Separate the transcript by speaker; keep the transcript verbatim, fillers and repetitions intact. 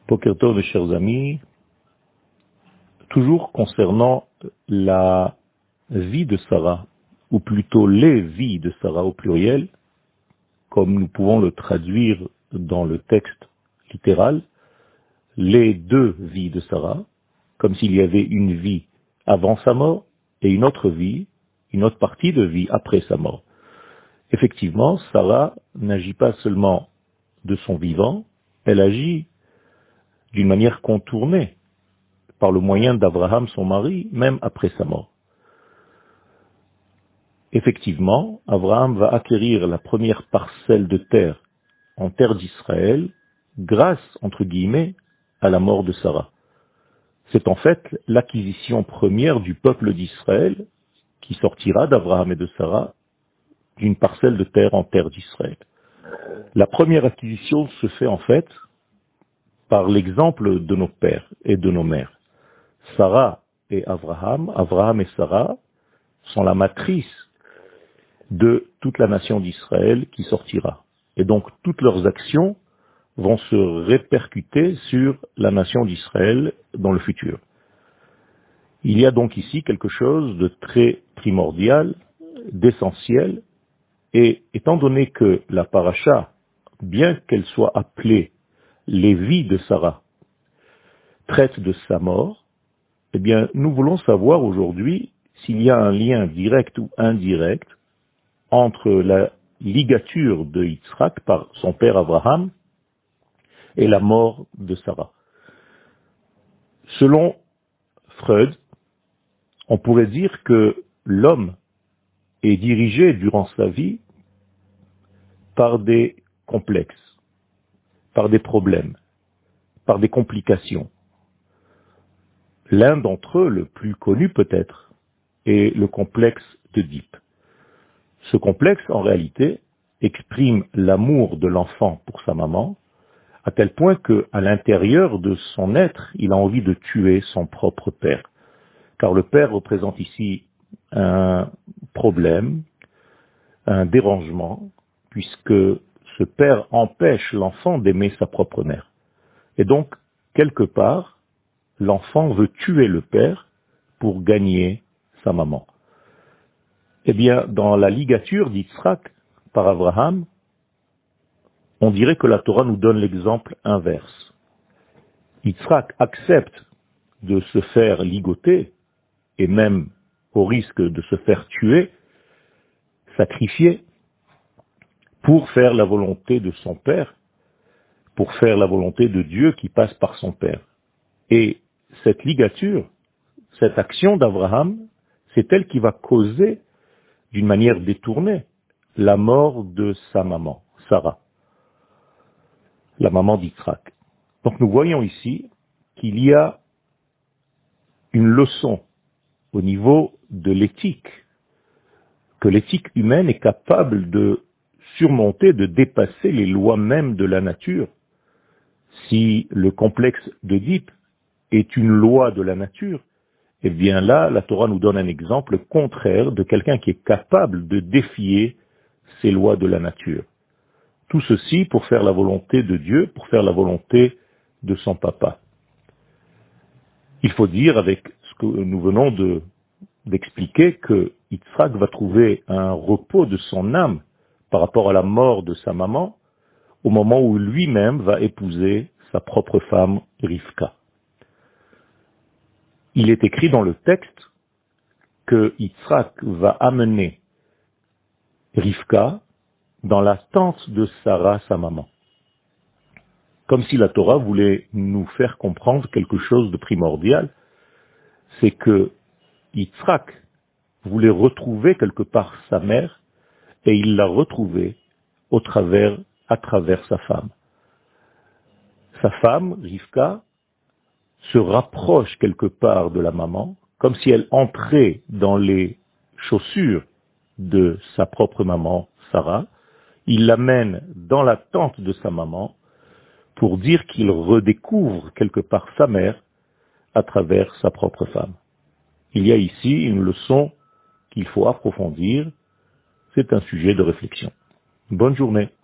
Speaker 1: Boker Tov, mes chers amis, toujours concernant la vie de Sarah, ou plutôt les vies de Sarah au pluriel, comme nous pouvons le traduire dans le texte littéral, les deux vies de Sarah, comme s'il y avait une vie avant sa mort et une autre vie, une autre partie de vie après sa mort. Effectivement, Sarah n'agit pas seulement de son vivant, elle agit d'une manière contournée par le moyen d'Abraham, son mari, même après sa mort. Effectivement, Abraham va acquérir la première parcelle de terre en terre d'Israël grâce, entre guillemets, à la mort de Sarah. C'est en fait l'acquisition première du peuple d'Israël qui sortira d'Abraham et de Sarah d'une parcelle de terre en terre d'Israël. La première acquisition se fait en fait par l'exemple de nos pères et de nos mères. Sarah et Abraham, Abraham et Sarah sont la matrice de toute la nation d'Israël qui sortira. Et donc toutes leurs actions vont se répercuter sur la nation d'Israël dans le futur. Il y a donc ici quelque chose de très primordial, d'essentiel, et étant donné que la paracha, bien qu'elle soit appelée les vies de Sarah, traite de sa mort, eh bien, nous voulons savoir aujourd'hui s'il y a un lien direct ou indirect entre la ligature de Yitzhak par son père Abraham et la mort de Sarah. Selon Freud, on pourrait dire que l'homme est dirigé durant sa vie par des complexes, par des problèmes, par des complications. L'un d'entre eux, le plus connu peut-être, est le complexe d'Oedipe. Ce complexe, en réalité, exprime l'amour de l'enfant pour sa maman, à tel point qu'à l'intérieur de son être, il a envie de tuer son propre père. Car le père représente ici un problème, un dérangement, puisque ce père empêche l'enfant d'aimer sa propre mère. Et donc, quelque part, l'enfant veut tuer le père pour gagner sa maman. Eh bien, dans la ligature d'Yitzhak par Abraham, on dirait que la Torah nous donne l'exemple inverse. Yitzhak accepte de se faire ligoter, et même au risque de se faire tuer, sacrifier, pour faire la volonté de son père, pour faire la volonté de Dieu qui passe par son père. Et cette ligature, cette action d'Abraham, c'est elle qui va causer, d'une manière détournée, la mort de sa maman, Sarah, la maman d'Yitzhak. Donc nous voyons ici qu'il y a une leçon au niveau de l'éthique, que l'éthique humaine est capable de surmonter, de dépasser les lois mêmes de la nature. Si le complexe d'Oedipe est une loi de la nature, eh bien là, la Torah nous donne un exemple contraire de quelqu'un qui est capable de défier ces lois de la nature. Tout ceci pour faire la volonté de Dieu, pour faire la volonté de son papa. Il faut dire, avec ce que nous venons de, d'expliquer, que Yitzhak va trouver un repos de son âme par rapport à la mort de sa maman, au moment où lui-même va épouser sa propre femme, Rivka. Il est écrit dans le texte que Yitzhak va amener Rivka dans la tente de Sarah, sa maman. Comme si la Torah voulait nous faire comprendre quelque chose de primordial, c'est que Yitzhak voulait retrouver quelque part sa mère, et il l'a retrouvée au travers, à travers sa femme. Sa femme, Rivka, se rapproche quelque part de la maman, comme si elle entrait dans les chaussures de sa propre maman, Sarah. Il l'amène dans la tente de sa maman pour dire qu'il redécouvre quelque part sa mère à travers sa propre femme. Il y a ici une leçon qu'il faut approfondir. C'est un sujet de réflexion. Bonne journée.